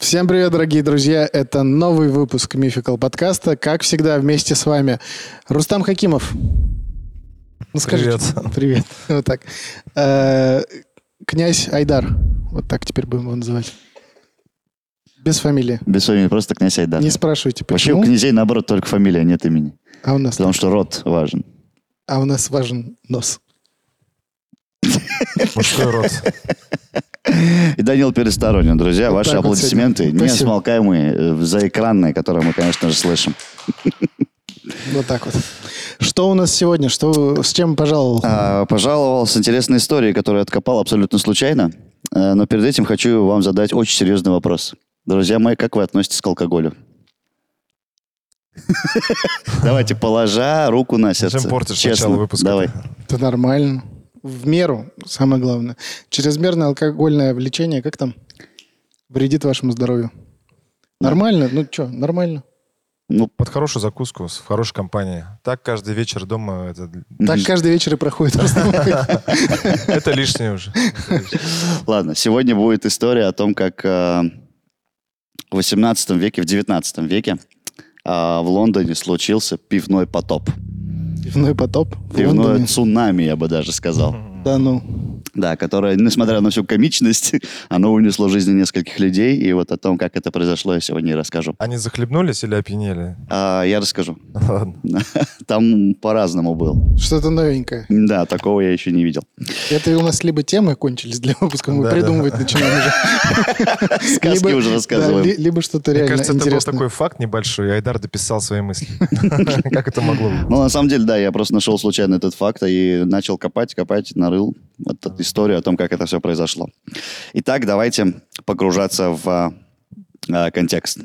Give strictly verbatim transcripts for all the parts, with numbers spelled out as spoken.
Всем привет, дорогие друзья. Это новый выпуск Mythical подкаста. Как всегда, вместе с вами Рустам Хакимов. Ну, скажите. Привет. Привет. Вот так. Э, князь Айдар. Вот так теперь будем его называть. Без фамилии. Без фамилии, просто князь Айдар. Не спрашивайте, Вообще почему. у князей, наоборот, только фамилия, нет имени. А у нас, Потому что род важен. а у нас важен нос. Мужской род. И Данил Пересторонин, друзья, Вот ваши так вот аплодисменты сегодня. Спасибо. несмолкаемые, э, заэкранные, которые мы, конечно же, слышим. Вот так вот. Что у нас сегодня? Что, с чем пожаловал? А, пожаловал с интересной историей, которую откопал абсолютно случайно. Э, Но перед этим хочу вам задать очень серьезный вопрос. Друзья мои, как вы относитесь к алкоголю? Давайте, положа руку на сердце. Зачем портишь Честно, начало выпуска? давай. Это нормально. В меру, самое главное. Чрезмерное алкогольное влечение, как там? Вредит вашему здоровью. Нормально? Ну что, нормально. Ну, Под хорошую закуску, в хорошей компании. Так каждый вечер дома это, Так каждый вечер и проходит. это лишнее уже. Это лишнее. ладно, сегодня будет история о том, как э, в восемнадцатом веке, в девятнадцатом веке э, в Лондоне случился пивной потоп. Пивной потоп в Пивное Лондоне. цунами, я бы даже сказал. Да ну. Да, которое, несмотря на всю комичность, оно унесло жизни нескольких людей. И вот о том, как это произошло, я сегодня и расскажу. Они захлебнулись или опьянели? А, я расскажу. Ладно. Там по-разному было. Что-то новенькое. Да, такого я еще не видел. Это у нас либо темы кончились для выпуска, мы Да, придумывать начинаем уже. Сказки Либо- уже да, рассказываем. ли- Либо что-то Мне реально кажется, это был интересное. такой факт небольшой, и Айдар дописал свои мысли. Как это могло быть? Ну, на самом деле, да, я просто нашел случайно этот факт и начал копать, копать, нарыл вот эту историю о том, как это все произошло. Итак, давайте погружаться в а, а, контекст.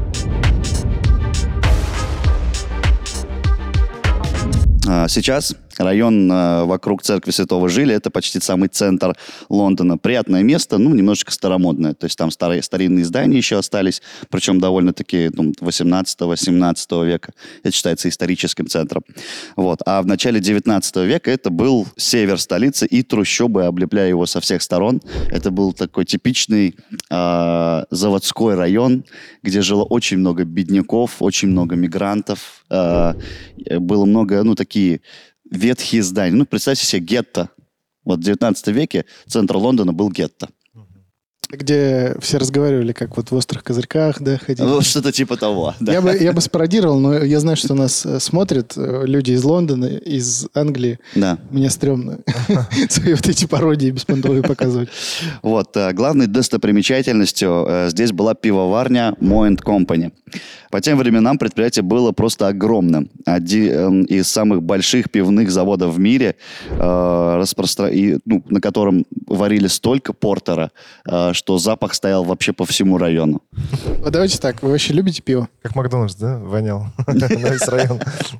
А, Сейчас район а, вокруг церкви Святого Жиля, это почти самый центр Лондона. Приятное место, ну, немножечко старомодное. То есть там старые, старинные здания еще остались, причем довольно-таки ну, восемнадцатого-семнадцатого века. Это считается историческим центром. Вот. А в начале девятнадцатого века это был север столицы, и трущобы облепляя его со всех сторон. Это был такой типичный а, заводской район, где жило очень много бедняков, очень много мигрантов. А, было много, ну, такие ветхие здания. Ну, представьте себе гетто. Вот в девятнадцатом веке центр Лондона был гетто. Где все разговаривали, как вот в «Острых козырьках», да, ходили. Ну, что-то типа того. Да. Я бы, я бы спародировал, но я знаю, что нас э, смотрят э, люди из Лондона, из Англии. Да. Мне стрёмно свои вот эти пародии беспонтовые показывать. Вот, э, главной достопримечательностью э, здесь была пивоварня Мо энд Компани. По тем временам предприятие было просто огромным. Один из самых больших пивных заводов в мире, э, распростра- и, ну, на котором варили столько портера, э, что запах стоял вообще по всему району. Вот давайте так, вы вообще любите пиво? Как Макдональдс, да, вонял на весь район.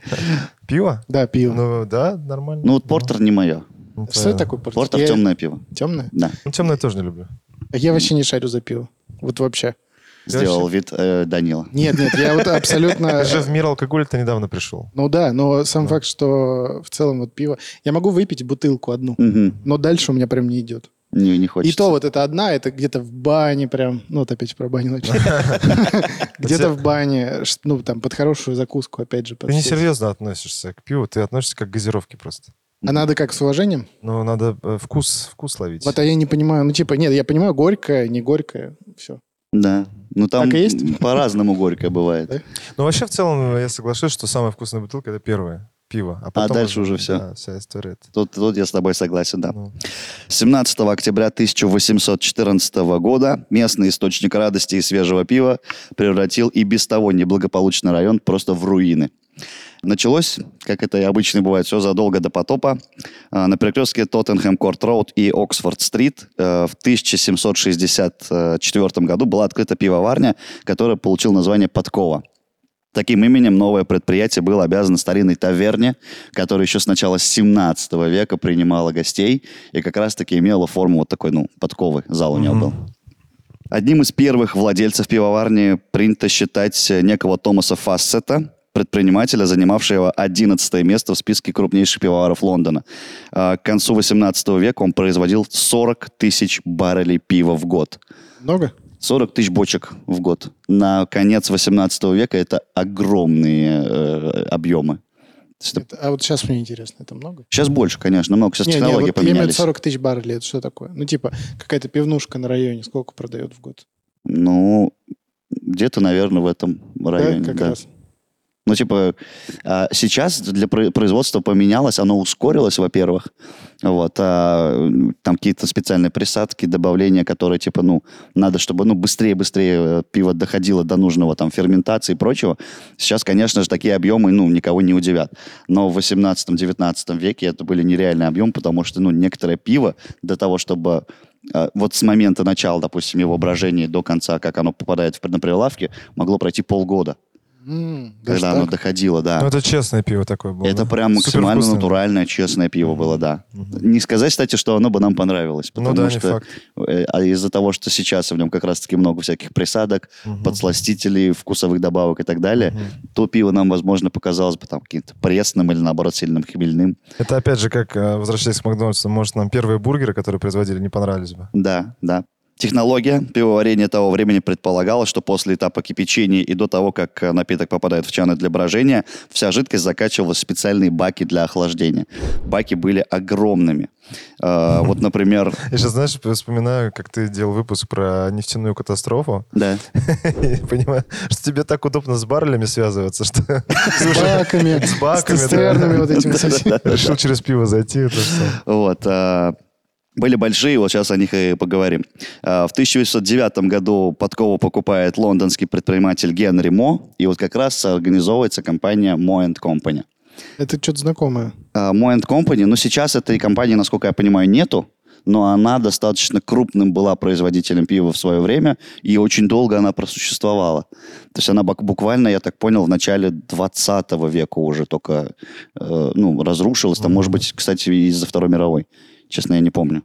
Пиво? Да, пиво. Ну, да, нормально. Ну вот портер не мое. Не Что твоё. это такое? Портер Я- темное пиво. Темное? Да. Ну, темное я тоже не люблю. А я вообще не шарю за пиво. Вот вообще. Сделал вид э, Данила. Нет, нет, я вот абсолютно... Ты же в мир алкоголя-то недавно пришел. Ну да, но сам факт, что в целом вот пиво... Я могу выпить бутылку одну, Мгм. но дальше у меня прям не идет. Не, не И хочется. то вот это одна, это где-то в бане прям... Ну вот опять про баню начали. Где-то в бане, ш- ну там под хорошую закуску, опять же. под Ты все. несерьезно относишься к пиву, ты относишься как к газировке просто. А надо как, с уважением? Ну, надо э, вкус, вкус ловить. Вот а я не понимаю. Ну типа, нет, я понимаю, горькое, не горькое, все. Да. Ну там Так и есть? по-разному горькое бывает. Да? Ну, вообще, в целом, я соглашусь, что самая вкусная бутылка — это первое. Пиво. А, потом дальше уже всё. Да, вся история. это. Тут, тут я с тобой согласен, да. Ну, семнадцатого октября тысяча восемьсот четырнадцатого года местный источник радости и свежего пива превратил и без того неблагополучный район просто в руины. Началось, как это и обычно бывает, все задолго до потопа. А, На перекрестке Тоттенхэм-Корт-Роуд и Оксфорд-Стрит э, в тысяча семьсот шестьдесят четвёртом году была открыта пивоварня, которая получила название «Подкова». Таким именем новое предприятие было обязано старинной таверне, которая еще с начала семнадцатого века принимала гостей и как раз-таки имела форму вот такой, ну, подковы. Зал у него Мгм. был. Одним из первых владельцев пивоварни принято считать некого Томаса Фассета, предпринимателя, занимавшего одиннадцатое место в списке крупнейших пивоваров Лондона. А, К концу восемнадцатого века он производил сорок тысяч баррелей пива в год. Много? сорок тысяч бочек в год. На конец восемнадцатого века это огромные э, объемы. Это... Это, а вот сейчас мне интересно, это много? Сейчас больше, конечно, много. Сейчас не, технологии не, вот поменялись. сорок тысяч баррелей, это что такое? Ну, типа, какая-то пивнушка на районе, сколько продает в год? Ну, где-то, наверное, в этом районе. Да, как да. раз. Ну, типа, сейчас для производства поменялось, оно ускорилось, во-первых. Вот, а там какие-то специальные присадки, добавления, которые, типа, ну, надо, чтобы, ну, быстрее-быстрее пиво доходило до нужного, там, ферментации и прочего. Сейчас, конечно же, такие объемы, ну, никого не удивят. Но в восемнадцатом-девятнадцатом веке это были нереальные объемы, потому что, ну, некоторое пиво для того, чтобы... Вот с момента начала, допустим, его брожения до конца, как оно попадает на прилавки, могло пройти полгода. Mm, когда оно доходило, да. Ну, это честное пиво такое было. Это да? прям максимально Супервкусное. натуральное, честное пиво Mm-hmm. было, да. Mm-hmm. Не сказать, кстати, что оно бы нам понравилось. Потому Ну да, что, не факт. А из-за того, что сейчас в нем как раз-таки много всяких присадок, Mm-hmm. подсластителей, вкусовых добавок и так далее, mm-hmm. то пиво нам, возможно, показалось бы там каким-то пресным или, наоборот, сильным хмельным. Это, опять же, как, возвращаясь к Макдональдсу, может, нам первые бургеры, которые производили, не понравились бы? Да, да. Технология пивоварения того времени предполагала, что после этапа кипячения и до того, как напиток попадает в чаны для брожения, вся жидкость закачивалась в специальные баки для охлаждения. Баки были огромными. Uh, вот, например... Я сейчас, знаешь, вспоминаю, как ты делал выпуск про нефтяную катастрофу. Да. И понимаю, что тебе так удобно с баррелями связываться, что... С баками, с баками, с цистернами вот этими. Решил через пиво зайти. Вот. Были большие, вот сейчас о них и поговорим. В тысяча девятьсот девятом году подкову покупает лондонский предприниматель Генри Мо, и вот как раз организовывается компания Мо энд Компани. Это что-то знакомое. Мо энд Компани, ну сейчас этой компании, насколько я понимаю, нету, но она достаточно крупным была производителем пива в свое время, и очень долго она просуществовала. То есть она буквально, я так понял, в начале двадцатого века уже только э, ну, разрушилась. Там, mm-hmm. может быть, кстати, из-за Второй мировой. Честно, я не помню.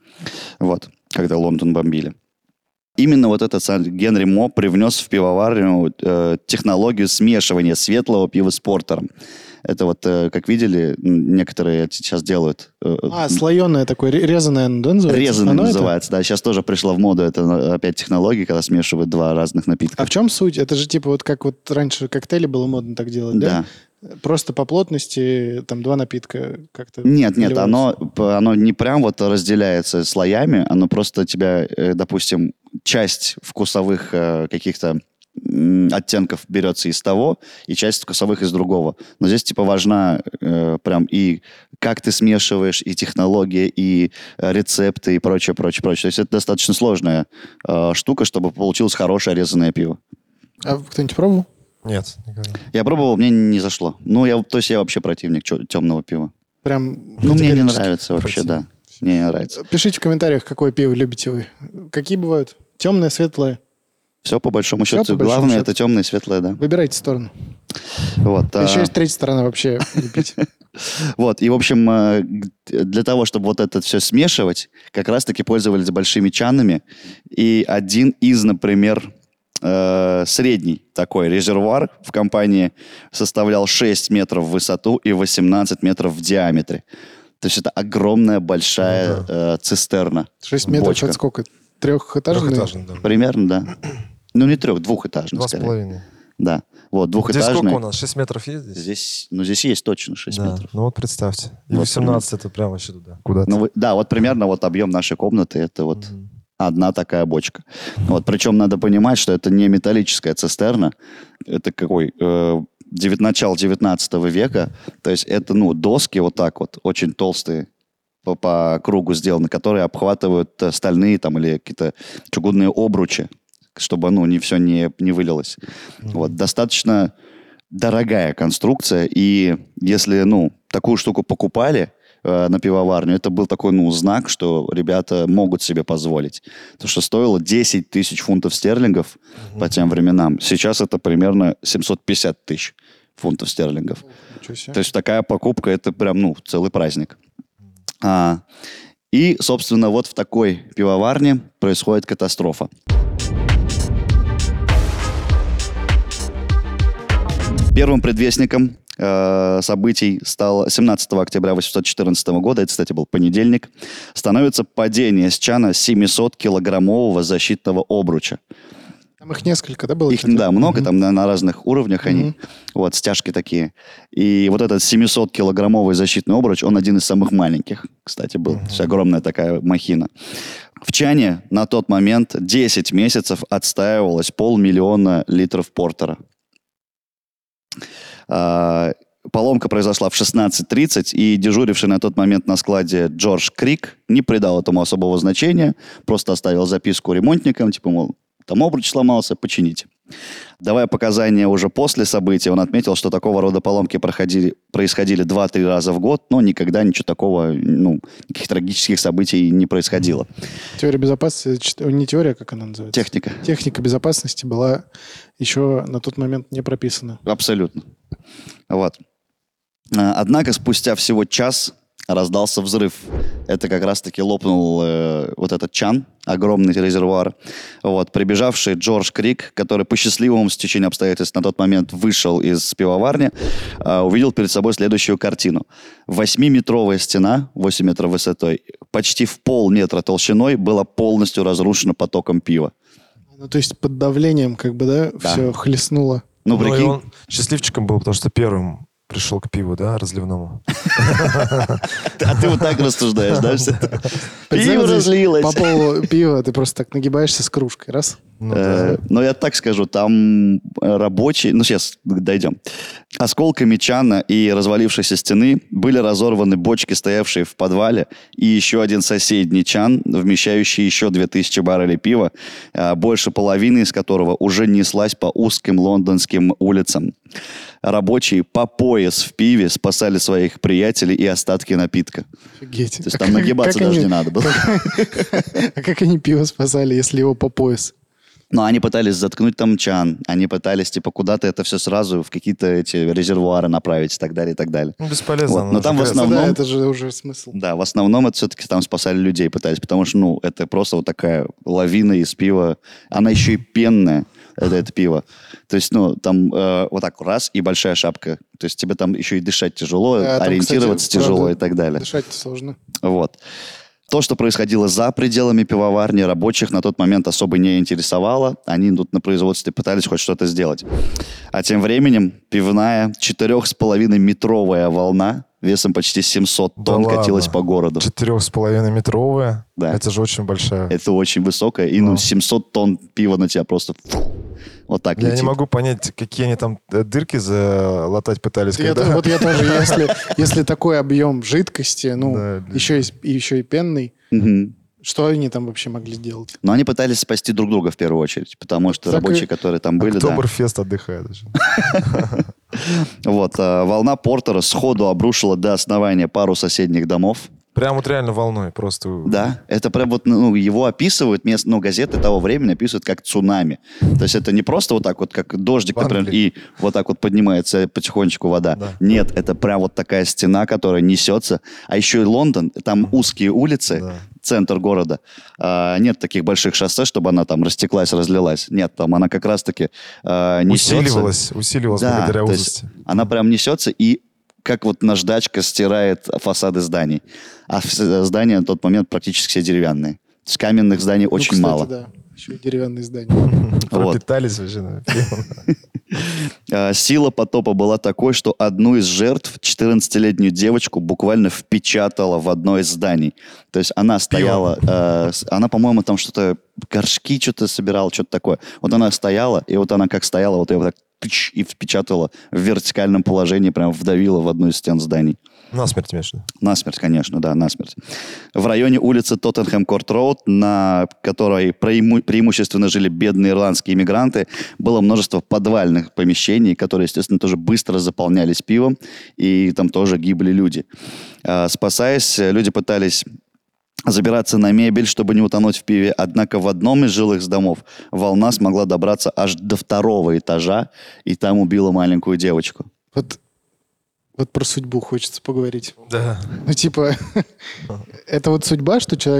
Вот, когда Лондон бомбили. Именно вот этот Генри Мо привнес в пивоварню э, технологию смешивания светлого пива с портером. Это вот, э, как видели, некоторые сейчас делают. Э, а, слоеное такое, резаное, да, называется? Резаное Оно называется, это? Да. Сейчас тоже пришла в моду это опять технология, когда смешивают два разных напитка. А в чем суть? Это же типа вот как вот раньше коктейли было модно так делать, да? Да. Просто по плотности там два напитка как-то... Нет, нет, оно, оно не прям вот разделяется слоями, оно просто тебя, допустим, часть вкусовых каких-то оттенков берется из того, и часть вкусовых из другого. Но здесь типа важна э, прям и как ты смешиваешь, и технология, и рецепты, и прочее, прочее, прочее. То есть это достаточно сложная э, штука, чтобы получилось хорошее резаное пиво. А кто-нибудь пробовал? Нет, никогда. Я пробовал, мне не зашло. Ну, я, то есть я вообще противник темного пива. Прям... Ну, мне не нравится вообще, противник. да. Мне не нравится. Пишите в комментариях, какое пиво любите вы. Какие бывают? Темное, светлое? Все по большому Все счету. по большому Главное, счету. это темное и светлое, да. Выбирайте сторону. Вот, Еще а... есть третья сторона вообще не пить. Вот, и, в общем, для того, чтобы вот это все смешивать, как раз-таки пользовались большими чанами. И один из, например, средний такой резервуар в компании составлял шесть метров в высоту и восемнадцать метров в диаметре. То есть это огромная большая ну, да. э, цистерна. шесть метров бочка. это сколько? Трехэтажный? Трехэтажный, да. Примерно, да. Ну, не трех, двухэтажный, Два с скорее. половиной. Да. Вот, Здесь двухэтажный. сколько у нас? шесть метров есть здесь? Здесь, ну, здесь есть точно шесть Да. метров. Ну вот представьте. И Вот восемнадцать это прямо вообще туда. Куда-то. Ну, вы- да, вот примерно вот объем нашей комнаты, это вот Мгм. одна такая бочка. Вот, причем надо понимать, что это не металлическая цистерна, это какой, э, девят- начало девятнадцатого века, то есть это, ну, доски вот так вот, очень толстые, по, по кругу сделаны, которые обхватывают э, стальные там или какие-то чугунные обручи, чтобы, ну, не все не, не вылилось. Вот, достаточно дорогая конструкция, и если, ну, такую штуку покупали э, на пивоварню, это был такой, ну, знак, что ребята могут себе позволить. Потому что стоило десять тысяч фунтов стерлингов по тем временам. Сейчас это примерно семьсот пятьдесят тысяч фунтов стерлингов. Ничего себе. То есть такая покупка, это прям, ну, целый праздник. А, и, собственно, вот в такой пивоварне происходит катастрофа. Первым предвестником э, событий стало семнадцатого октября восемьсот четырнадцатого года, это, кстати, был понедельник, становится падение с чана семисоткилограммового защитного обруча. Там их несколько, да, было? Их, кстати? да, много, Мгм. там на, на разных уровнях они. Мгм. Вот, стяжки такие. И вот этот семисоткилограммовый защитный обруч, он один из самых маленьких, кстати, был. То есть огромная такая махина. В чане на тот момент десять месяцев отстаивалось полмиллиона литров портера. А, Поломка произошла в шестнадцать тридцать, и дежуривший на тот момент на складе Джордж Крик не придал этому особого значения, просто оставил записку ремонтникам, типа, мол, там обруч сломался, почините. Давая показания уже после события, он отметил, что такого рода поломки проходили, происходили два-три раза в год, но никогда ничего такого, ну, никаких трагических событий не происходило. Теория безопасности, ч- не теория, как она называется? Техника. Техника безопасности была еще на тот момент не прописана. Абсолютно. Вот. А, Однако спустя всего час раздался взрыв. Это как раз-таки лопнул э, вот этот чан, огромный резервуар. Вот. Прибежавший Джордж Крик, который по счастливому стечению обстоятельств на тот момент вышел из пивоварни, э, увидел перед собой следующую картину. Восьмиметровая стена, восемь метров высотой, почти в полметра толщиной, была полностью разрушена потоком пива. Ну, то есть под давлением, как бы, да, Да. все хлестнуло. Ну, Ну, и прикинь, он счастливчиком был, потому что первым пришел к пиву, да, разливному. а ты вот так рассуждаешь, да? всё? Представь, Пиво здесь разлилось. По полу пива ты просто так нагибаешься с кружкой, раз. Ну, Э, да. Но я так скажу, там э, рабочие, ну сейчас дойдем, осколками чана и развалившейся стены были разорваны бочки, стоявшие в подвале, и еще один соседний чан, вмещающий еще две тысячи баррелей пива, э, больше половины из которого уже неслась по узким лондонским улицам. Рабочие по пояс в пиве спасали своих приятелей и остатки напитка. Офигеть. То есть там нагибаться Как даже они- не надо было. А как они пиво спасали, если его по пояс? Но они пытались заткнуть там чан, они пытались, типа, куда-то это все сразу в какие-то эти резервуары направить и так далее, и так далее. Ну, бесполезно. Вот, оно но же там в грязно. основном- Да, это же уже смысл. Да, в основном это все-таки там спасали людей пытались, потому что, ну, это просто вот такая лавина из пива. Она еще и пенная, это, это пиво. То есть, ну, там э, вот так раз и большая шапка. То есть тебе там еще и дышать тяжело, Да, там, ориентироваться кстати, тяжело правда, и так далее. Дышать сложно. Вот. То, что происходило за пределами пивоварни, рабочих на тот момент особо не интересовало. Они тут на производстве пытались хоть что-то сделать. А тем временем пивная четырех с половиной метровая волна весом почти семьсот Да тонн ладно. катилась по городу. Четырех с половиной метровая. Да. Это же очень большая. Это очень высокое. И ну, Ну. семьсот тонн пива на тебя просто фу, вот так Я летит. не могу понять, какие они там э, дырки залатать пытались. Я когда- то- вот я тоже, если, если такой объем жидкости, ну, Да, да. еще, и, и еще и пенный, Мгм. что они там вообще могли сделать? Но они пытались спасти друг друга в первую очередь, потому что Так и- рабочие, которые там были, да. Октоберфест отдыхает. уже. Вот, а, волна Портера сходу обрушила до основания пару соседних домов. Прям вот реально волной просто. Да, это прям вот, ну, его описывают, мест, ну, газеты того времени описывают как цунами. То есть это не просто вот так вот, как дождик, В Англии. например, и вот так вот поднимается потихонечку вода. Да. Нет, это прям вот такая стена, которая несется. А еще и Лондон, там узкие улицы, Да. центр города. А, нет таких больших шоссе, чтобы она там растеклась, разлилась. Нет, там она как раз-таки а, несется. Усиливалась, усиливалась Да, благодаря то есть узости. она прям несется и как вот наждачка стирает фасады зданий. А в- здания на тот момент практически все деревянные. То есть каменных зданий Ну, очень кстати, мало. да. Еще и деревянные здания. Вот. Пропитались вообще. наверное, пивом. А, Сила потопа была такой, что одну из жертв, четырнадцатилетнюю девочку, буквально впечатала в одно из зданий. То есть она стояла, э, с- она, по-моему, там что-то, горшки что-то собирала, что-то такое. Вот она стояла, и вот она как стояла, вот ее вот так тыч, и впечатала в вертикальном положении, прям вдавила в одну из стен зданий. Насмерть, имеешь в виду? Насмерть, конечно, да, насмерть. В районе улицы Тоттенхэм-Корт-Роуд, на которой преиму- преимущественно жили бедные ирландские иммигранты, было множество подвальных помещений, которые, естественно, тоже быстро заполнялись пивом, и там тоже гибли люди. А, Спасаясь, люди пытались забираться на мебель, чтобы не утонуть в пиве. Однако в одном из жилых домов волна смогла добраться аж до второго этажа, и там убила маленькую девочку. Вот, вот про судьбу хочется поговорить. Да. Ну, типа, это вот судьба, что человека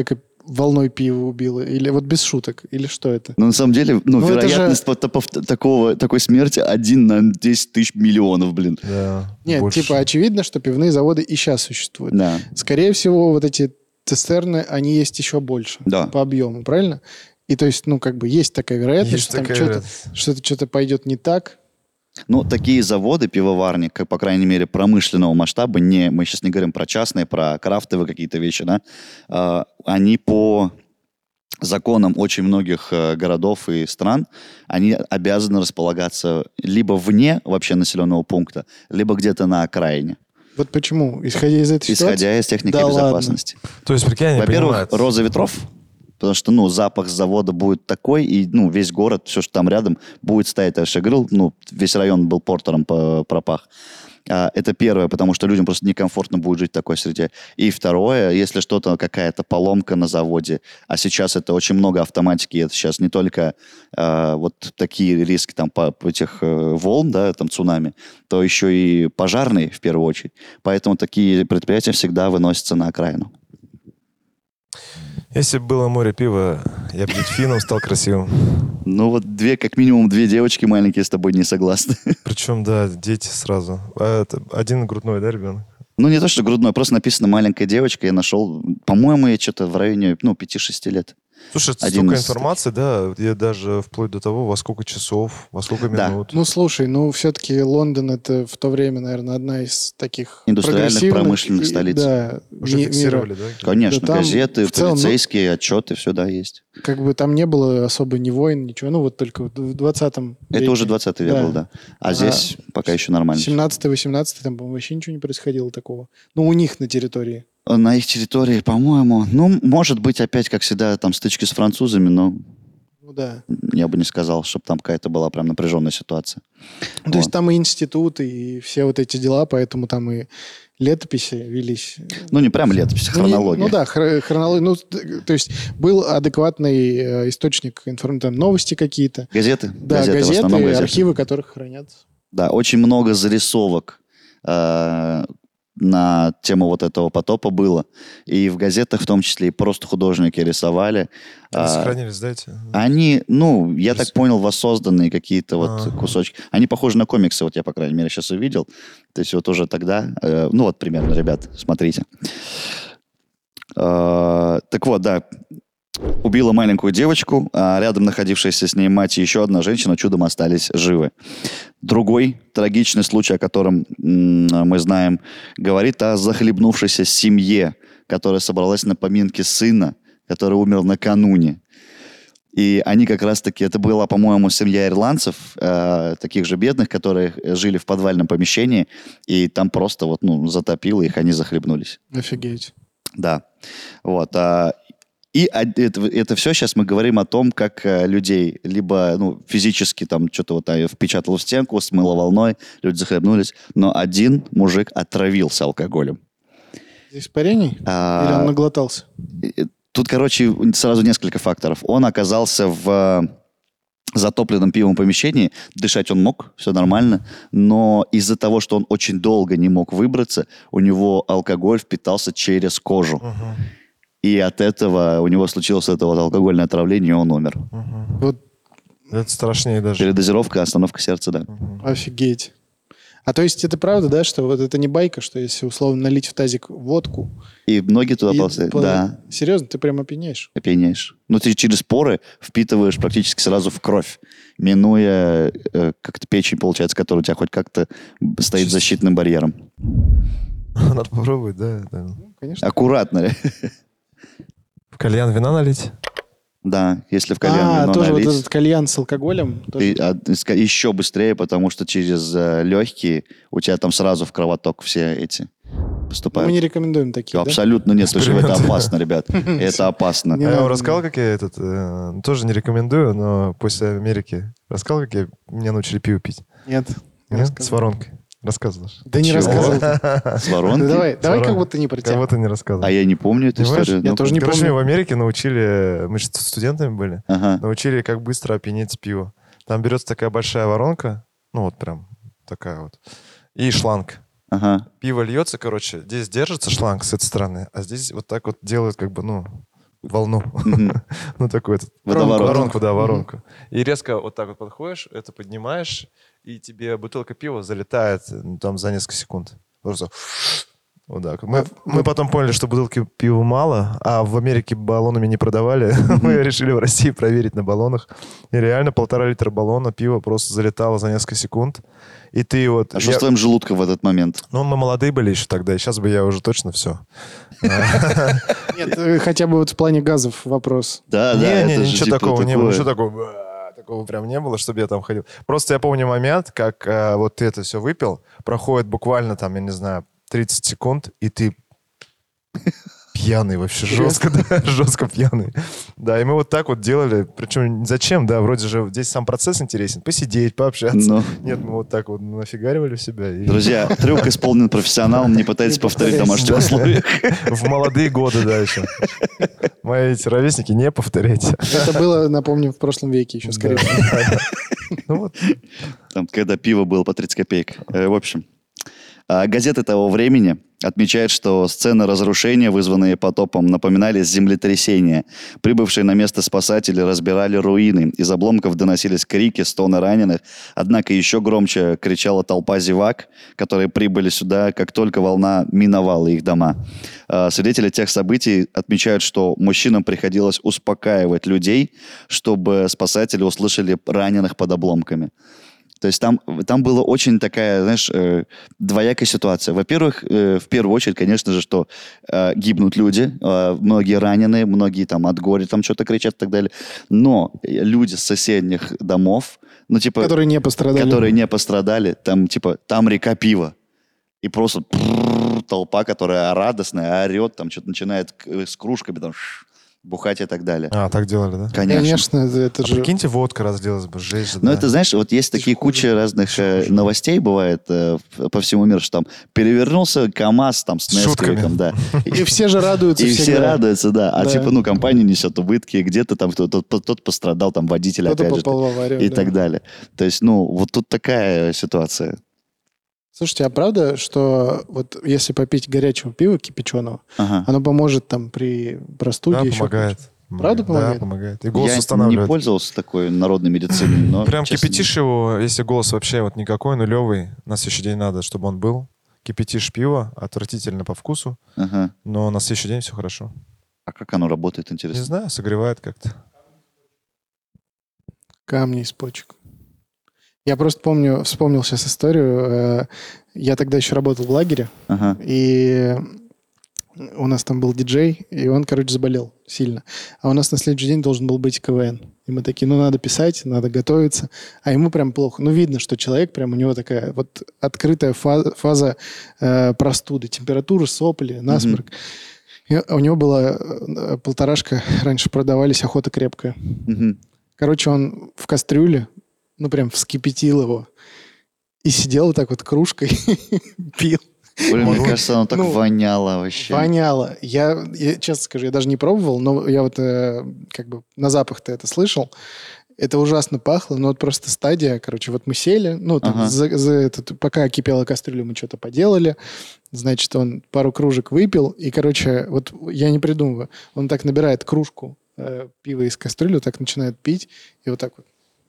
волной пива убило? Или вот без шуток? Или что это? Но на самом деле, ну, Ну, это вероятность вот пов- такого, такой смерти один на десять тысяч миллионов, блин. Да, Нет, больше. типа очевидно, что пивные заводы и сейчас существуют. Да. Скорее всего, вот эти цистерны, они есть еще больше Да. по объему, правильно? И то есть, ну, как бы есть такая вероятность, Есть что там такая что-то, вероятность. что-то, что-то пойдет не так. Ну, такие заводы, пивоварни, как, по крайней мере, промышленного масштаба, не, мы сейчас не говорим про частные, про крафтовые какие-то вещи, да, а, они по законам очень многих э, городов и стран, они обязаны располагаться либо вне вообще населенного пункта, либо где-то на окраине, Вот почему? Исходя из этой ситуации? исходя из техники Да безопасности. То есть, прикинь, они Во-первых, понимают. роза ветров, потому что, ну, запах с завода будет такой, и, ну, весь город, все, что там рядом, будет стоять. Я же говорил, ну, весь район был портером по- пропах. А, это первое, потому что людям просто некомфортно будет жить в такой среде. И второе, если что-то, какая-то поломка на заводе, а сейчас это очень много автоматики, это сейчас не только а, вот такие риски там по, по этих э, волн, да, там цунами, то еще и пожарные в первую очередь. Поэтому такие предприятия всегда выносятся на окраину. Если бы было море пива, я бы финном стал красивым. Ну вот две, как минимум две девочки маленькие с тобой не согласны. Причем, да, дети сразу. А это один грудной, да, ребенок? Ну, не то, что грудной, просто написано «маленькая девочка». Я нашел, по-моему, ей что-то в районе, ну, пяти-шести лет. Слушай, Один столько из информации, да, и даже вплоть до того, во сколько часов, во сколько Да. минут. Ну, слушай, ну, все-таки Лондон это в то время, наверное, одна из таких Индустриальных, прогрессивных промышленных и- столиц. Да, Уже ми- фиксировали, мира. да? Конечно, Да там газеты, в целом, ну- полицейские отчеты, все, да, есть. Как бы там не было особо ни войн, ничего. Ну, вот только в двадцатом Это веке. уже двадцатый век Да. был, да. А, А здесь пока еще нормально. семнадцатый-восемнадцатый, там, по-моему, вообще ничего не происходило такого. Ну, у них на территории. На их территории, по-моему, ну, может быть, опять, как всегда, там стычки с французами, но Ну, да. я бы не сказал, чтобы там какая-то была прям напряженная ситуация. Ну, то есть Вот. там и институты, и все вот эти дела, поэтому там и летописи велись. Ну, не прям летопись, Ну, не- хронология. Ну, да, хр- хронология. Ну, т- то есть был адекватный э, источник информации, там новости какие-то. Газеты? Да, газеты, газеты, в основном газеты. архивы, которых хранятся. Да, очень много зарисовок э, на тему вот этого потопа было. И в газетах в том числе и просто художники рисовали. Они А, сохранились, да, эти? Они, ну, я Рис- так понял, воссозданные какие-то вот А. кусочки. Они похожи на комиксы, вот я, по крайней мере, сейчас увидел. То есть вот уже тогда... э, ну вот примерно, ребят, смотрите. Э, так вот, да, убила маленькую девочку, а рядом находившаяся с ней мать и еще одна женщина чудом остались живы. Другой трагичный случай, о котором м, мы знаем, говорит о захлебнувшейся семье, которая собралась на поминки сына, который умер накануне. И они как раз-таки, это была, по-моему, семья ирландцев, э, таких же бедных, которые жили в подвальном помещении, и там просто вот, ну, затопило их, они захлебнулись. Офигеть. Да. Вот. а, И а, это, это все сейчас мы говорим о том, как э, людей либо ну, физически там что-то вот а, впечатало в стенку, смыло волной, люди захлебнулись, но один мужик отравился алкоголем. Из испарений? А, Или он наглотался? И- Тут, короче, сразу несколько факторов. Он оказался в э, затопленном пивом помещении, дышать он мог, все нормально, но из-за того, что он очень долго не мог выбраться, у него алкоголь впитался через кожу. Мгм, И от этого у него случилось это вот алкогольное отравление, и он умер. мгм. Вот Это страшнее даже. Передозировка, остановка сердца, да. Мгм. офигеть. А то есть это правда, да, что вот это не байка, что если условно налить в тазик водку... И многие туда и ползли. по- Да, Серьезно, ты прям опьяняешь? опьяняешь. Но ты через поры впитываешь практически сразу в кровь, минуя э, как-то печень, получается, которая у тебя хоть как-то стоит Чисто. защитным барьером. Надо попробовать, да. да. Ну, конечно. Аккуратно. В кальян вина налить? Да, если в кальян А, вино тоже налить, вот этот кальян с алкоголем. тоже- ты, а, ска- еще быстрее, потому что через э, легкие у тебя там сразу в кровоток все эти Ну, поступают. мы не рекомендуем такие, да? Абсолютно нет, потому что это Эксперименты. опасно, ребят. Это опасно. Не А я надо. вам рассказал, как я этот... э, тоже не рекомендую, но после Америки рассказал, как я, меня научили пиво пить? Нет. не Нет? рассказывай. С воронкой. Рассказывал. Да не Чего? рассказывал. С воронки? Да давай, давай как воронки. будто не про Как тебя. будто не рассказывал. А я не помню эту Понимаешь? историю. Я Ну-ка. тоже не Короче, помню. меня в Америке научили, мы же студентами были, Ага. научили, как быстро опьянеть пиво. Там берется такая большая воронка, ну вот прям такая вот, и шланг. Ага. Пиво льется, короче, здесь держится шланг с этой стороны, а здесь вот так вот делают как бы, ну, волну. Ну, такую Водоворот. воронку, да, воронку. И резко вот так вот подходишь, это поднимаешь, и тебе бутылка пива залетает ну, там за несколько секунд. Просто вот так. Мы, мы потом поняли, что бутылки пива мало, а в Америке баллонами не продавали. Мы решили в России проверить на баллонах. И реально полтора литра баллона пива просто залетало за несколько секунд. И ты вот... А что с твоим желудком в этот момент? Ну, мы молодые были еще тогда, и сейчас бы я уже точно все. Нет, хотя бы вот в плане газов вопрос. Да, да, Не, это не, же ничего типа такого не было, такое. ничего такого. Такого прям не было, чтобы я там ходил. Просто я помню момент, как э, вот ты это все выпил, проходит буквально там, я не знаю, тридцать секунд, и ты пьяный вообще, жестко, да, жестко пьяный. Да, и мы вот так вот делали. Причем зачем, да, вроде же здесь сам процесс интересен. Посидеть, пообщаться. Но. Нет, мы вот так вот нафигаривали в себя. И... Друзья, трюк исполнен профессионалом, не пытайтесь Не повторить в повторяйте. домашних условиях. В молодые годы, да, еще. Мои эти ровесники, не повторяйте. Это было, напомню, в прошлом веке еще, скорее всего. Ну вот. Там, когда пиво было по тридцать копеек. Э, В общем, а, газеты того времени отмечают, что сцены разрушения, вызванные потопом, напоминали землетрясение. Прибывшие на место спасатели разбирали руины. Из обломков доносились крики, стоны раненых. Однако еще громче кричала толпа зевак, которые прибыли сюда, как только волна миновала их дома. А, Свидетели тех событий отмечают, что мужчинам приходилось успокаивать людей, чтобы спасатели услышали раненых под обломками. То есть там, там была очень такая, знаешь, э, двоякая ситуация. Во-первых, э, в первую очередь, конечно же, что э, гибнут люди, э, многие раненые, многие там от горя там что-то кричат и так далее. Но люди с соседних домов, ну типа... Которые не пострадали. Которые не пострадали, там типа, там река пива. И просто толпа, которая радостная, орет, там что-то начинает с кружками там бухать и так далее. А, так делали, да? Конечно. Конечно, это, это А же... прикиньте, водка разделась бы, жесть же, Ну, да. это, знаешь, вот есть такие хуже. куча разных э, новостей бывает э, в- по всему миру, что там перевернулся КАМАЗ там с С шутками. Несквиком, да. И все же радуются. И все всегда. радуются, да. А Да. типа, ну, компания несет убытки, где-то там кто-то тот, тот пострадал, там водитель Кто-то опять же. попал в аварию. И да. так далее. То есть, ну, вот тут такая ситуация. Слушайте, а правда, что вот если попить горячего пива кипяченого, Ага. оно поможет там при простуде? Да, еще помогает. Правда помогает? Да, помогает. И голос Я не восстанавливает. пользовался такой народной медициной, но... Прям честно, кипятишь его, если голос вообще вот никакой, нулевый, на следующий день надо, чтобы он был. Кипятишь пиво, отвратительно по вкусу, Ага. но на следующий день все хорошо. А как оно работает, Не интересно? знаю, согревает как-то. Камни из почек. Я просто помню, вспомнил сейчас историю. э, Я тогда еще работал в лагере, Ага. и у нас там был диджей, и он, короче, заболел сильно. А у нас на следующий день должен был быть КВН. И мы такие, ну, надо писать, надо готовиться. А ему прям плохо. Ну, видно, что человек прям, у него такая вот открытая фаза, фаза э, простуды. Температура, сопли, насморк. И у него была э, полторашка, раньше продавались, охота крепкая. Мгм. Короче, он в кастрюле, ну, прям вскипятил его. И сидел вот так вот кружкой, пил. Блин, мне Могу. кажется, оно так Ну, воняло вообще. Воняло. Я, я честно скажу, я даже не пробовал, но я вот э, как бы на запах-то это слышал. Это ужасно пахло, но вот просто стадия, короче, вот мы сели, ну, там, Ага. за, за этот, пока кипела кастрюля, мы что-то поделали, значит, он пару кружек выпил, и, короче, вот я не придумываю, он так набирает кружку э, пива из кастрюли, вот так начинает пить, и вот так вот.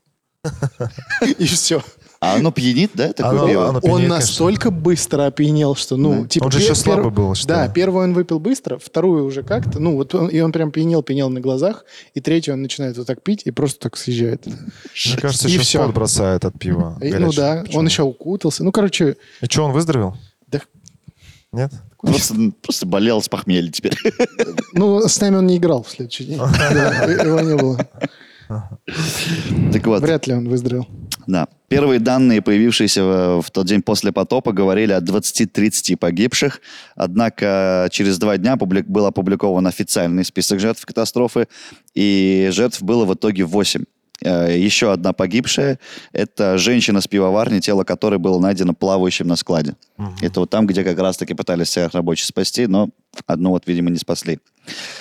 И все. А оно пьянит, да, такое Оно- пиво? оно- Он опьянел, конечно. настолько быстро опьянел, что, ну, Да. типа... Он же пе- еще пер- слабый был, что Да, ли? первую он выпил быстро, вторую уже как-то, ну, вот он, и он прям пьянел, пьянел на глазах, и третью он начинает вот так пить и просто так съезжает. Мне кажется, И еще всё. спот бросает от пива. И, ну горячего. да, Почему? он еще укутался. Ну, короче, И что, он выздоровел? да, Нет? Просто, просто болел с похмелья теперь. ну, с нами он не играл в следующий день. Да, его не было. Так вот, Вряд ли он выздоровел. да. Первые данные, появившиеся в, в тот день после потопа, говорили о двадцати-тридцати погибших. Однако через два дня публик- был опубликован официальный список жертв катастрофы, и жертв было в итоге восемь. Э, Еще одна погибшая – это женщина с пивоварни, тело которой было найдено плавающим на складе. Мгм. Это вот там, где как раз-таки пытались всех рабочих спасти, но одну вот, видимо, не спасли.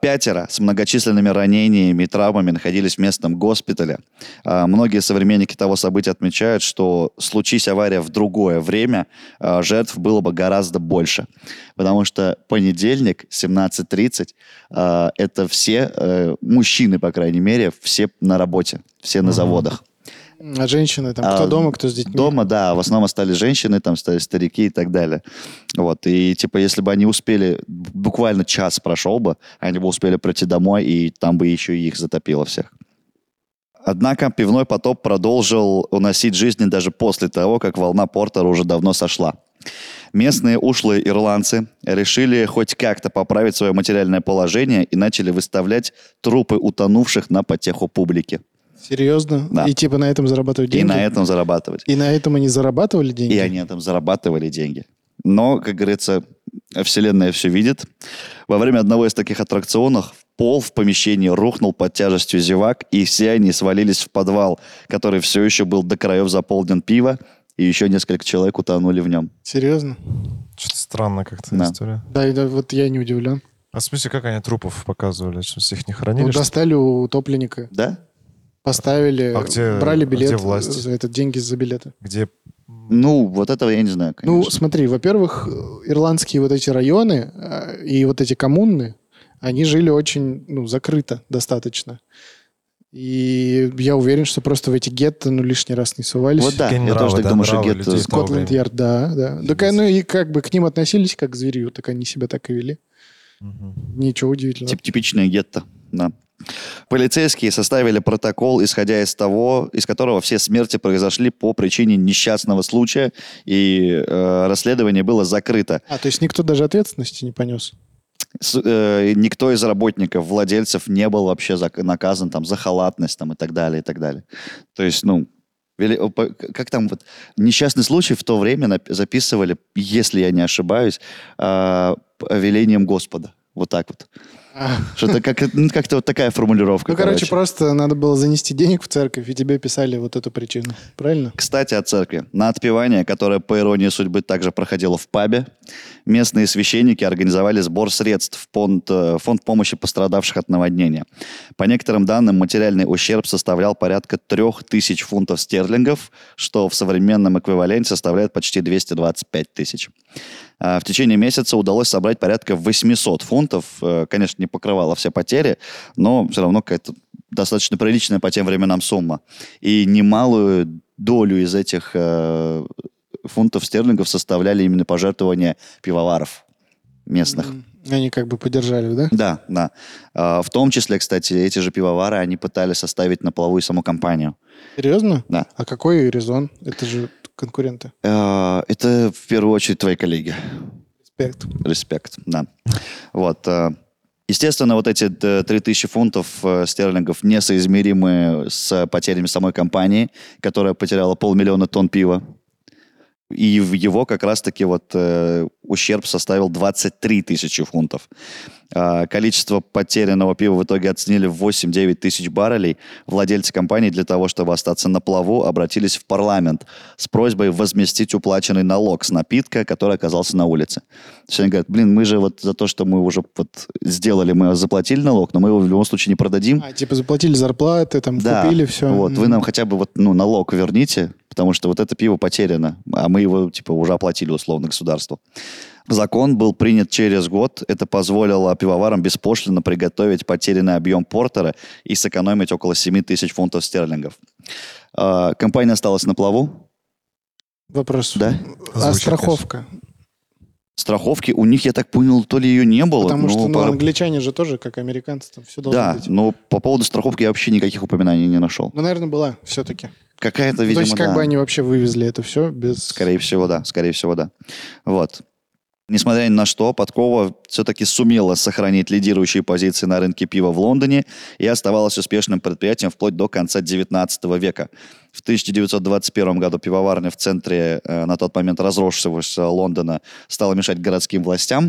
Пятеро с многочисленными ранениями и травмами находились в местном госпитале. А, Многие современники того события отмечают, что случись авария в другое время, а, жертв было бы гораздо больше. Потому что понедельник, семнадцать тридцать, а, это все э, мужчины, по крайней мере, все на работе, все на заводах. А женщины там, кто А, дома, кто с детьми? Дома, да, в основном остались женщины, там стали старики и так далее. Вот, и типа, если бы они успели, буквально час прошел бы, они бы успели прийти домой, и там бы еще и их затопило всех. Однако пивной потоп продолжил уносить жизни даже после того, как волна Портера уже давно сошла. Местные ушлые ирландцы решили хоть как-то поправить свое материальное положение и начали выставлять трупы утонувших на потеху публики. Серьезно? Да. И типа на этом зарабатывать деньги? И на этом зарабатывать. И на этом они зарабатывали деньги? И они на этом зарабатывали деньги. Но, как говорится, вселенная все видит. Во время одного из таких аттракционов пол в помещении рухнул под тяжестью зевак, и все они свалились в подвал, который все еще был до краев заполнен пиво, и еще несколько человек утонули в нем. Серьезно? Что-то странно как-то Да. история. Да, и да, вот я не удивлен. А в смысле, как они трупов показывали? Что, всех не Ну, хоронили? что ли? достали у утопленника, Да? поставили, А где- брали а билет, где власть? за этот, деньги за билеты. Где... Ну, вот этого я не знаю, Ну, конечно. смотри, во-первых, ирландские вот эти районы э, и вот эти коммуны, они жили очень, ну, закрыто достаточно. И я уверен, что просто в эти гетто, ну, лишний раз не сувались. Вот да, Какие я нравы, тоже так да, думаю, что нравы гетто... людей. Скотланд-Ярд, да, да. Так, ну, и как бы к ним относились как к зверю, так они себя так и вели. Мгм. Ничего удивительного. Тип- типичное гетто, да. Полицейские составили протокол, исходя из того, из которого все смерти произошли по причине несчастного случая, и э, расследование было закрыто. А, то есть никто даже ответственности не понес? С- э, никто из работников, владельцев не был вообще зак- наказан там, за халатность там, и так далее, и так далее. То есть, ну, вели- о, по- как там вот несчастный случай в то время нап- записывали, если я не ошибаюсь, э, п- велением Господа. Вот так вот. А, Что-то как, ну, как-то вот такая формулировка. ну, короче, просто надо было занести денег в церковь, и тебе писали вот эту причину. Правильно? Кстати, о церкви. На отпевание, которое, по иронии судьбы, также проходило в пабе, местные священники организовали сбор средств в фонд, э, фонд помощи пострадавших от наводнения. По некоторым данным, материальный ущерб составлял порядка трех тысяч фунтов стерлингов, что в современном эквиваленте составляет почти двести двадцать пять тысяч. А В течение месяца удалось собрать порядка восемьсот фунтов. Э, Конечно, не покрывало все потери, но все равно какая-то достаточно приличная по тем временам сумма. И немалую долю из этих э, фунтов стерлингов составляли именно пожертвования пивоваров местных. М, Они как бы поддержали, да? Да, да. А, В том числе, кстати, эти же пивовары, они пытались составить на плаву и саму компанию. Серьезно? Да. А какой резон? Это же конкуренты. Э, Это в первую очередь твои коллеги. Респект. Респект, да. Вот. э, Естественно, вот эти э, три тысячи фунтов э, стерлингов несоизмеримы с потерями самой компании, которая потеряла полмиллиона тонн пива. И в его как раз-таки вот э, ущерб составил двадцать три тысячи фунтов. А, количество потерянного пива в итоге оценили в восемь-девять тысяч баррелей. Владельцы компании для того, чтобы остаться на плаву, обратились в парламент с просьбой возместить уплаченный налог с напитка, который оказался на улице. То есть они говорят, блин, мы же вот за то, что мы уже вот сделали, мы заплатили налог, но мы его в любом случае не продадим. А, типа заплатили зарплаты, там, Да, купили все. вот, вы нам хотя бы вот, ну, налог верните, потому что вот это пиво потеряно, а мы его, типа, уже оплатили условно государству. Закон был принят через год. Это позволило пивоварам беспошлино приготовить потерянный объем портера и сэкономить около семь тысяч фунтов стерлингов. А, компания осталась на плаву. Вопрос. Да. А Звучит, страховка? Страховки у них, я так понял, то ли ее не было. Потому но что, ну, пара- англичане же тоже, как американцы, там все должно Да, быть. но по поводу страховки я вообще никаких упоминаний не нашел. Ну, наверное, была все-таки. Какая-то, То видимо, есть, как да. бы они вообще вывезли это все без... Скорее всего, да. Скорее всего, да. Вот. Несмотря ни на что, Подкова все-таки сумела сохранить лидирующие позиции на рынке пива в Лондоне и оставалась успешным предприятием вплоть до конца девятнадцатого века. В тысяча девятьсот двадцать первом году пивоварня в центре э, на тот момент разросшегося Лондона стала мешать городским властям,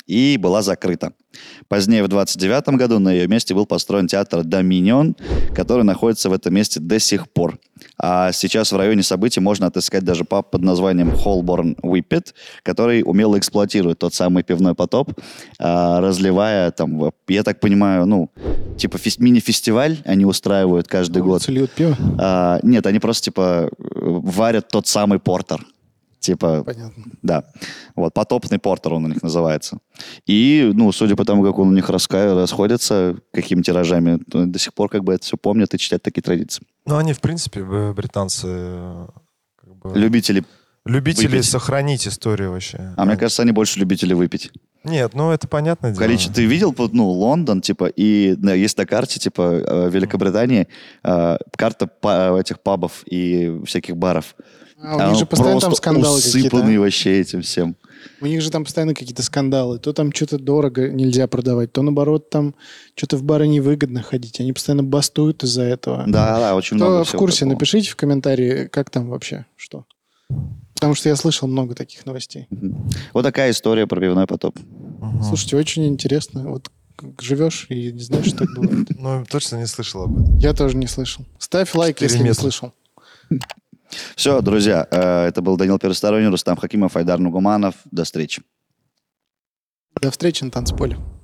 и была закрыта. Позднее, в двадцать девятом году, на ее месте был построен театр «Доминион», который находится в этом месте до сих пор. А сейчас в районе событий можно отыскать даже паб под названием Holborn Whippet, который умело эксплуатирует тот самый пивной потоп, а, разливая там, я так понимаю, ну, типа фес- мини-фестиваль они устраивают каждый год. Льют пиво? А, нет, они просто, типа, варят тот самый портер. Типа, Понятно. да. Вот, потопный портер он у них называется. И, ну, судя по тому, как он у них раска- расходится, какими тиражами, то до сих пор как бы это все помнят и чтят такие традиции. Ну, они, в принципе, б- британцы... э, как бы, Любители. любители выпить. сохранить историю вообще. А мне Они- кажется, они больше любители выпить. Нет, ну это понятное дело. Количество, ты видел, вот, ну, Лондон, типа, и да, есть на карте, типа, э, Великобритании э, карта па- этих пабов и всяких баров. А, у них же он постоянно там просто скандалы какие-то. усыпанный а? вообще этим всем. У них же там постоянно какие-то скандалы. То там что-то дорого нельзя продавать, то наоборот там что-то в бары невыгодно ходить. Они постоянно бастуют из-за этого. Да, да, очень много Кто в всего курсе, такого. напишите в комментарии, как там вообще, что. Потому что я слышал много таких новостей. Вот такая история про пивной потоп. Мгм. Слушайте, очень интересно. Вот как живешь и не знаешь, что так бывает. Ну, точно не слышал об этом. Я тоже не слышал. Ставь лайк, Четыре если не метра. слышал. Все, друзья, э, это был Данил Пересторонний, Рустам Хакимов, Айдар Нугуманов. До встречи. До встречи на танцполе.